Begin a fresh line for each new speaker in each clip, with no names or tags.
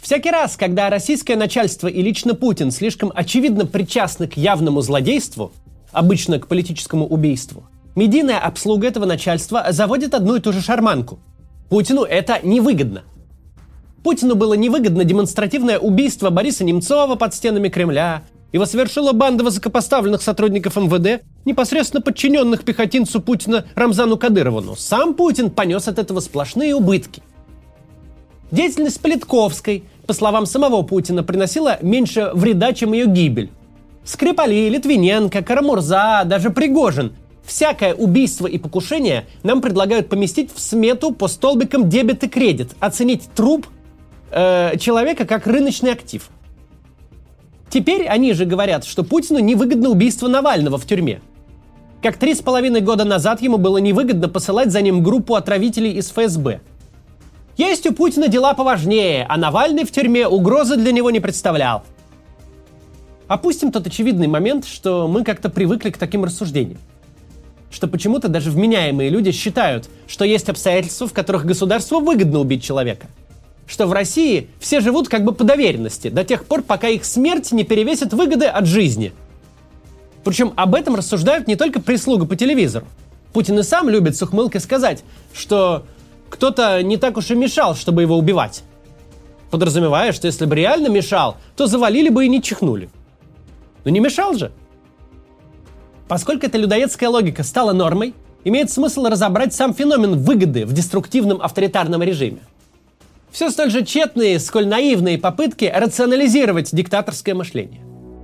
Всякий раз, когда российское начальство и лично Путин слишком очевидно причастны к явному злодейству, обычно к политическому убийству, медийная обслуга этого начальства заводит одну и ту же шарманку. Путину это невыгодно. Путину было невыгодно демонстративное убийство Бориса Немцова под стенами Кремля. Его совершила банда высокопоставленных сотрудников МВД, непосредственно подчиненных пехотинцу Путина Рамзану Кадырову. Но сам Путин понес от этого сплошные убытки. Деятельность Политковской, по словам самого Путина, приносила меньше вреда, чем ее гибель. Скрипали, Литвиненко, Карамурза, даже Пригожин. Всякое убийство и покушение нам предлагают поместить в смету по столбикам дебет и кредит, оценить труп человека как рыночный актив. Теперь они же говорят, что Путину невыгодно убийство Навального в тюрьме. Как 3,5 года назад ему было невыгодно посылать за ним группу отравителей из ФСБ. Есть у Путина дела поважнее, а Навальный в тюрьме угрозы для него не представлял. Опустим тот очевидный момент, что мы как-то привыкли к таким рассуждениям. Что почему-то даже вменяемые люди считают, что есть обстоятельства, в которых государству выгодно убить человека. Что в России все живут как бы по доверенности, до тех пор, пока их смерть не перевесит выгоды от жизни. Причем об этом рассуждают не только прислуга по телевизору. Путин и сам любит с ухмылкой сказать, что кто-то не так уж и мешал, чтобы его убивать. Подразумевая, что если бы реально мешал, то завалили бы и не чихнули. Но не мешал же. Поскольку эта людоедская логика стала нормой, имеет смысл разобрать сам феномен выгоды в деструктивном авторитарном режиме. Все столь же тщетные, сколь наивные попытки рационализировать диктаторское мышление.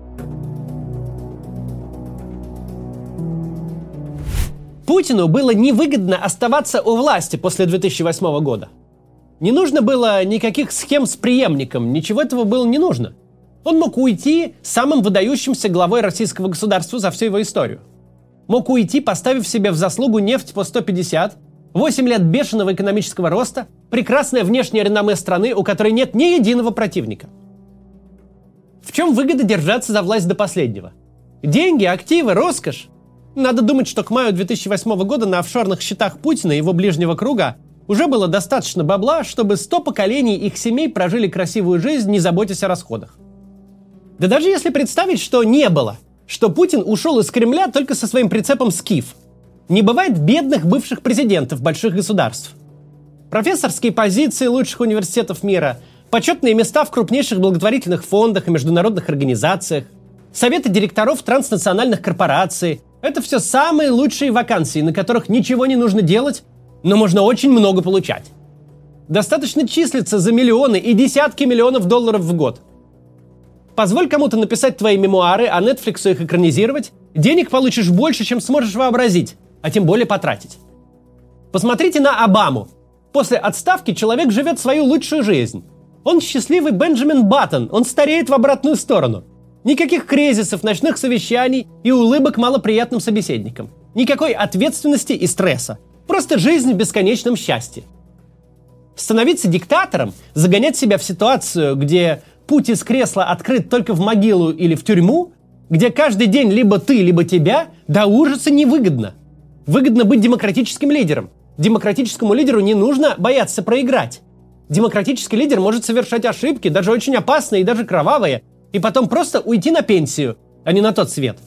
Путину было невыгодно оставаться у власти после 2008 года. Не нужно было никаких схем с преемником, ничего этого было не нужно. Он мог уйти самым выдающимся главой российского государства за всю его историю. Мог уйти, поставив себе в заслугу нефть по 150, 8 лет бешеного экономического роста, прекрасное внешнее реноме страны, у которой нет ни единого противника. В чем выгода держаться за власть до последнего? Деньги, активы, роскошь? Надо думать, что к маю 2008 года на офшорных счетах Путина и его ближнего круга уже было достаточно бабла, чтобы 100 поколений их семей прожили красивую жизнь, не заботясь о расходах. Да даже если представить, что не было, что Путин ушел из Кремля только со своим прицепом «Скиф». Не бывает бедных бывших президентов больших государств. Профессорские позиции лучших университетов мира, почетные места в крупнейших благотворительных фондах и международных организациях, советы директоров транснациональных корпораций – это все самые лучшие вакансии, на которых ничего не нужно делать, но можно очень много получать. Достаточно числиться за миллионы и десятки миллионов долларов в год. Позволь кому-то написать твои мемуары, а Netflix их экранизировать, денег получишь больше, чем сможешь вообразить, а тем более потратить. Посмотрите на Обаму. После отставки человек живет свою лучшую жизнь. Он счастливый Бенджамин Баттон, он стареет в обратную сторону. Никаких кризисов, ночных совещаний и улыбок малоприятным собеседникам. Никакой ответственности и стресса. Просто жизнь в бесконечном счастье. Становиться диктатором, загонять себя в ситуацию, где путь из кресла открыт только в могилу или в тюрьму, где каждый день либо ты, либо тебя, до ужаса невыгодно. Выгодно быть демократическим лидером. Демократическому лидеру не нужно бояться проиграть. Демократический лидер может совершать ошибки, даже очень опасные и даже кровавые, и потом просто уйти на пенсию, а не на тот свет.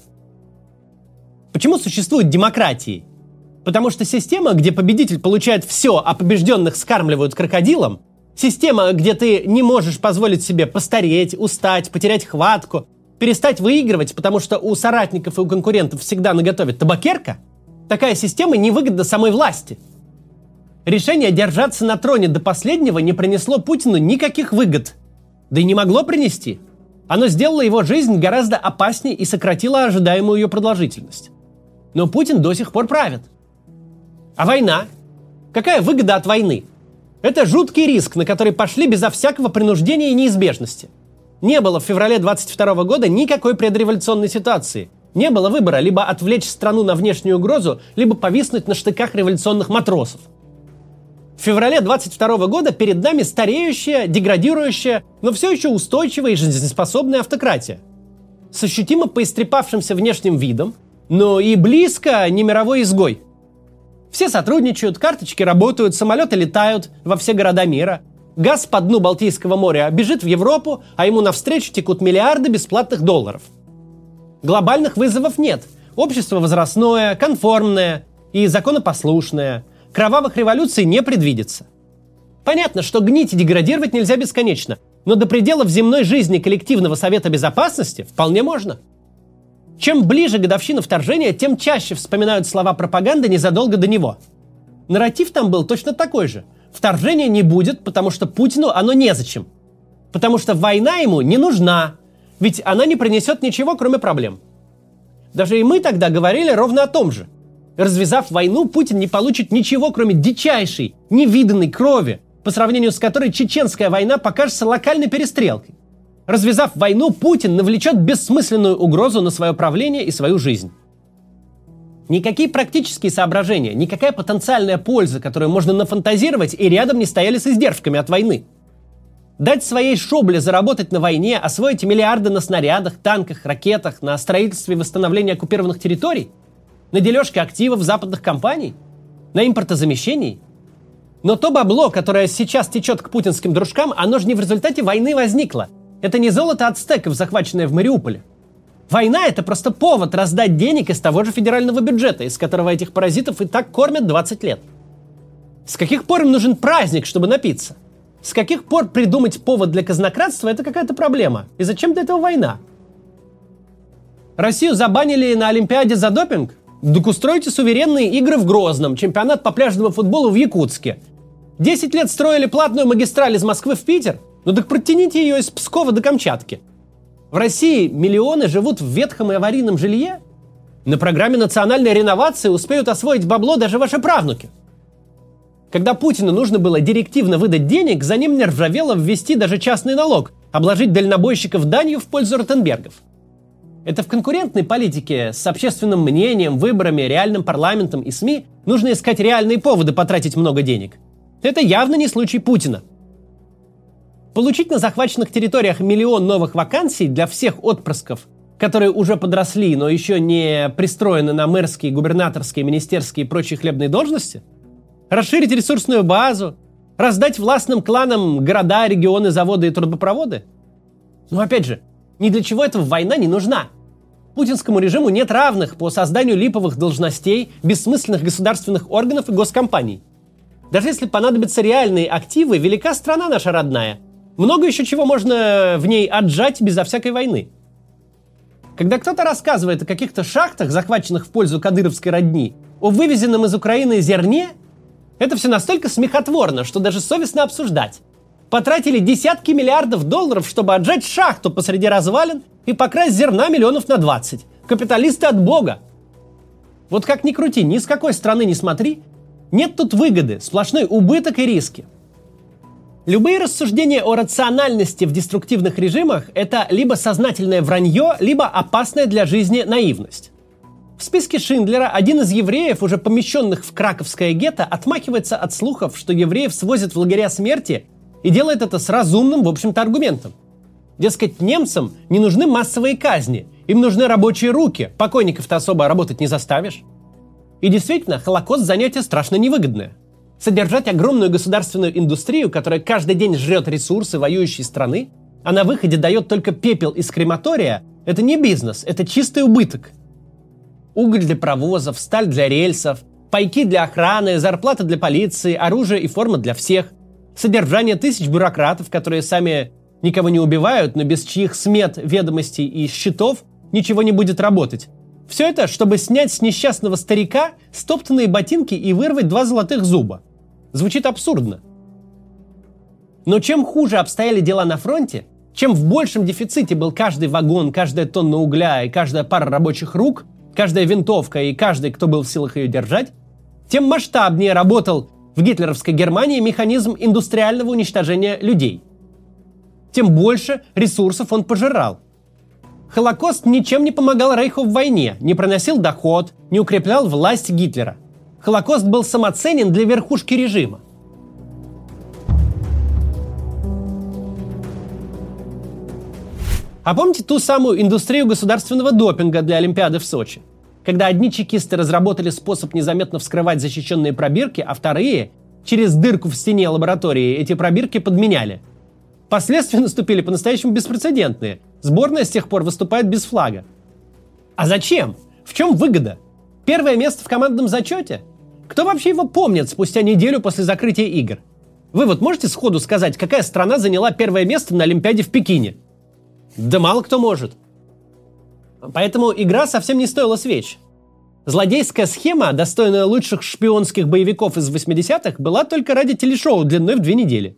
Почему существуют демократии? Потому что система, где победитель получает все, а побежденных скармливают крокодилом, система, где ты не можешь позволить себе постареть, устать, потерять хватку, перестать выигрывать, потому что у соратников и у конкурентов всегда наготове табакерка, такая система невыгодна самой власти. Решение держаться на троне до последнего не принесло Путину никаких выгод. Да и не могло принести. Оно сделало его жизнь гораздо опаснее и сократило ожидаемую ее продолжительность. Но Путин до сих пор правит. А война? Какая выгода от войны? Это жуткий риск, на который пошли безо всякого принуждения и неизбежности. Не было в феврале 22 года никакой предреволюционной ситуации. Не было выбора либо отвлечь страну на внешнюю угрозу, либо повиснуть на штыках революционных матросов. В феврале 22 года перед нами стареющая, деградирующая, но все еще устойчивая и жизнеспособная автократия. С ощутимо поистрепавшимся внешним видом, но и близко не мировой изгой. Все сотрудничают, карточки работают, самолеты летают во все города мира. Газ по дну Балтийского моря бежит в Европу, а ему навстречу текут миллиарды бесплатных долларов. Глобальных вызовов нет. Общество возрастное, конформное и законопослушное. Кровавых революций не предвидится. Понятно, что гнить и деградировать нельзя бесконечно, но до пределов земной жизни коллективного Совета Безопасности вполне можно. Чем ближе годовщина вторжения, тем чаще вспоминают слова пропаганды незадолго до него. Нарратив там был точно такой же. Вторжения не будет, потому что Путину оно незачем. Потому что война ему не нужна, ведь она не принесет ничего, кроме проблем. Даже и мы тогда говорили ровно о том же. Развязав войну, Путин не получит ничего, кроме дичайшей, невиданной крови, по сравнению с которой чеченская война покажется локальной перестрелкой. Развязав войну, Путин навлечет бессмысленную угрозу на свое правление и свою жизнь. Никакие практические соображения, никакая потенциальная польза, которую можно нафантазировать, и рядом не стояли с издержками от войны. Дать своей шобле заработать на войне, освоить миллиарды на снарядах, танках, ракетах, на строительстве и восстановлении оккупированных территорий, на дележке активов западных компаний, на импортозамещении. Но то бабло, которое сейчас течет к путинским дружкам, оно же не в результате войны возникло. Это не золото ацтеков, захваченное в Мариуполе. Война – это просто повод раздать денег из того же федерального бюджета, из которого этих паразитов и так кормят 20 лет. С каких пор им нужен праздник, чтобы напиться? С каких пор придумать повод для казнократства – это какая-то проблема? И зачем для этого война? Россию забанили на Олимпиаде за допинг? Так устройте суверенные игры в Грозном, чемпионат по пляжному футболу в Якутске. 10 лет строили платную магистраль из Москвы в Питер? Ну так протяните ее из Пскова до Камчатки. В России миллионы живут в ветхом и аварийном жилье. На программе национальной реновации успеют освоить бабло даже ваши правнуки. Когда Путину нужно было директивно выдать денег, за ним не ржавело ввести даже частный налог, обложить дальнобойщиков данью в пользу Ротенбергов. Это в конкурентной политике с общественным мнением, выборами, реальным парламентом и СМИ нужно искать реальные поводы потратить много денег. Это явно не случай Путина. Получить на захваченных территориях миллион новых вакансий для всех отпрысков, которые уже подросли, но еще не пристроены на мэрские, губернаторские, министерские и прочие хлебные должности? Расширить ресурсную базу? Раздать властным кланам города, регионы, заводы и трубопроводы? Но опять же, ни для чего этого война не нужна. Путинскому режиму нет равных по созданию липовых должностей, бессмысленных государственных органов и госкомпаний. Даже если понадобятся реальные активы, велика страна наша родная. Много еще чего можно в ней отжать безо всякой войны. Когда кто-то рассказывает о каких-то шахтах, захваченных в пользу кадыровской родни, о вывезенном из Украины зерне, это все настолько смехотворно, что даже совестно обсуждать. Потратили десятки миллиардов долларов, чтобы отжать шахту посреди развалин и покрасть зерна миллионов на 20. Капиталисты от бога. Вот как ни крути, ни с какой стороны не смотри, нет тут выгоды, сплошной убыток и риски. Любые рассуждения о рациональности в деструктивных режимах – это либо сознательное вранье, либо опасная для жизни наивность. В списке Шиндлера один из евреев, уже помещенных в краковское гетто, отмахивается от слухов, что евреев свозят в лагеря смерти, и делает это с разумным, в общем-то, аргументом. Дескать, немцам не нужны массовые казни, им нужны рабочие руки, покойников-то особо работать не заставишь. И действительно, Холокост – занятие страшно невыгодное. Содержать огромную государственную индустрию, которая каждый день жрет ресурсы воюющей страны, а на выходе дает только пепел из крематория, это не бизнес, это чистый убыток. Уголь для провозов, сталь для рельсов, пайки для охраны, зарплата для полиции, оружие и форма для всех, содержание тысяч бюрократов, которые сами никого не убивают, но без чьих смет, ведомостей и счетов ничего не будет работать. Все это, чтобы снять с несчастного старика стоптанные ботинки и вырвать 2 золотых зуба. Звучит абсурдно. Но чем хуже обстояли дела на фронте, чем в большем дефиците был каждый вагон, каждая тонна угля и каждая пара рабочих рук, каждая винтовка и каждый, кто был в силах ее держать, тем масштабнее работал в гитлеровской Германии механизм индустриального уничтожения людей. Тем больше ресурсов он пожирал. Холокост ничем не помогал Рейху в войне, не приносил доход, не укреплял власть Гитлера. Холокост был самоценен для верхушки режима. А помните ту самую индустрию государственного допинга для Олимпиады в Сочи? Когда одни чекисты разработали способ незаметно вскрывать защищенные пробирки, а вторые через дырку в стене лаборатории эти пробирки подменяли. Последствия наступили по-настоящему беспрецедентные. Сборная с тех пор выступает без флага. А зачем? В чем выгода? Первое место в командном зачете? Кто вообще его помнит спустя неделю после закрытия игр? Вы вот можете сходу сказать, какая страна заняла первое место на Олимпиаде в Пекине? Да мало кто может. Поэтому игра совсем не стоила свеч. Злодейская схема, достойная лучших шпионских боевиков из 80-х, была только ради телешоу длиной в 2 недели.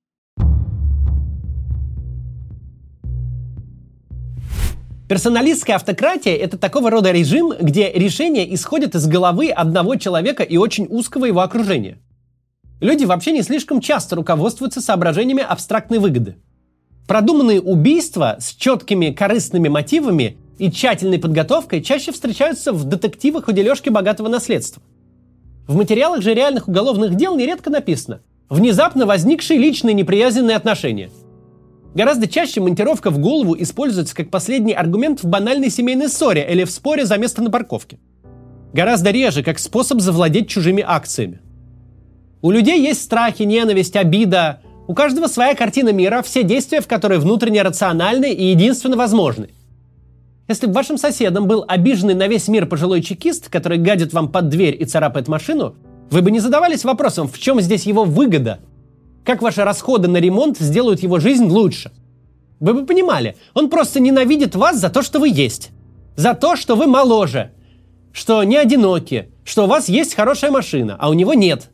Персоналистская автократия – это такого рода режим, где решения исходят из головы одного человека и очень узкого его окружения. Люди вообще не слишком часто руководствуются соображениями абстрактной выгоды. Продуманные убийства с четкими корыстными мотивами и тщательной подготовкой чаще встречаются в детективах о дележке богатого наследства. В материалах же реальных уголовных дел нередко написано «внезапно возникшие личные неприязненные отношения». Гораздо чаще монтировка в голову используется как последний аргумент в банальной семейной ссоре или в споре за место на парковке. Гораздо реже как способ завладеть чужими акциями. У людей есть страхи, ненависть, обида. У каждого своя картина мира, все действия в которой внутренне рациональны и единственно возможны. Если бы вашим соседом был обиженный на весь мир пожилой чекист, который гадит вам под дверь и царапает машину, вы бы не задавались вопросом, в чем здесь его выгода? Как ваши расходы на ремонт сделают его жизнь лучше? Вы бы понимали, он просто ненавидит вас за то, что вы есть. За то, что вы моложе. Что не одиноки. Что у вас есть хорошая машина, а у него нет.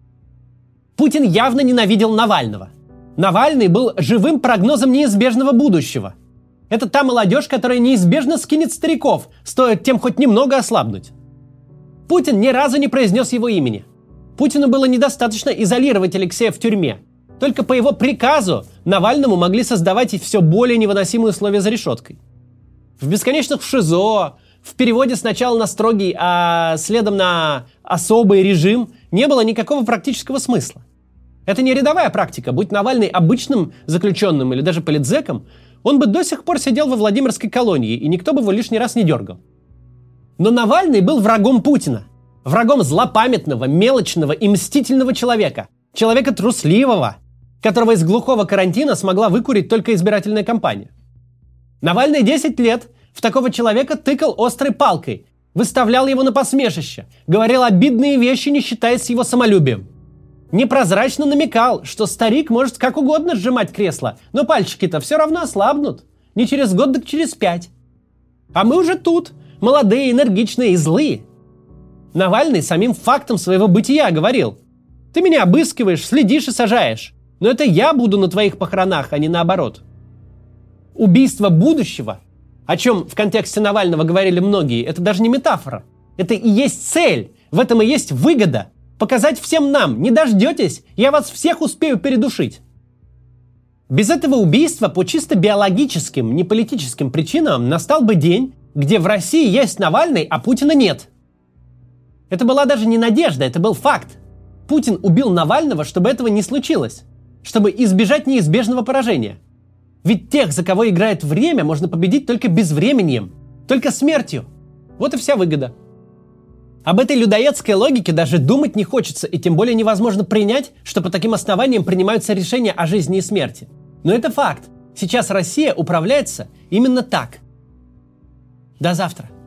Путин явно ненавидел Навального. Навальный был живым прогнозом неизбежного будущего. Это та молодежь, которая неизбежно скинет стариков, стоит тем хоть немного ослабнуть. Путин ни разу не произнес его имени. Путину было недостаточно изолировать Алексея в тюрьме. Только по его приказу Навальному могли создавать все более невыносимые условия за решеткой. В бесконечных ШИЗО, в переводе сначала на строгий, а следом на особый режим не было никакого практического смысла. Это не рядовая практика. Будь Навальный обычным заключенным или даже политзеком, он бы до сих пор сидел во Владимирской колонии, и никто бы его лишний раз не дергал. Но Навальный был врагом Путина. Врагом злопамятного, мелочного и мстительного человека. Человека трусливого, которого из глухого карантина смогла выкурить только избирательная кампания. Навальный 10 лет в такого человека тыкал острой палкой, выставлял его на посмешище, говорил обидные вещи, не считаясь его самолюбием. Непрозрачно намекал, что старик может как угодно сжимать кресло, но пальчики-то все равно ослабнут. Не через год, так через 5. А мы уже тут, молодые, энергичные и злые. Навальный самим фактом своего бытия говорил: «Ты меня обыскиваешь, следишь и сажаешь, но это я буду на твоих похоронах, а не наоборот». Убийство будущего, о чем в контексте Навального говорили многие, это даже не метафора. Это и есть цель, в этом и есть выгода. Показать всем нам: не дождетесь, я вас всех успею передушить. Без этого убийства по чисто биологическим, не политическим причинам настал бы день, где в России есть Навальный, а Путина нет. Это была даже не надежда, это был факт. Путин убил Навального, чтобы этого не случилось, чтобы избежать неизбежного поражения. Ведь тех, за кого играет время, можно победить только безвременьем, только смертью. Вот и вся выгода. Об этой людоедской логике даже думать не хочется, и тем более невозможно принять, что по таким основаниям принимаются решения о жизни и смерти. Но это факт. Сейчас Россия управляется именно так. До завтра.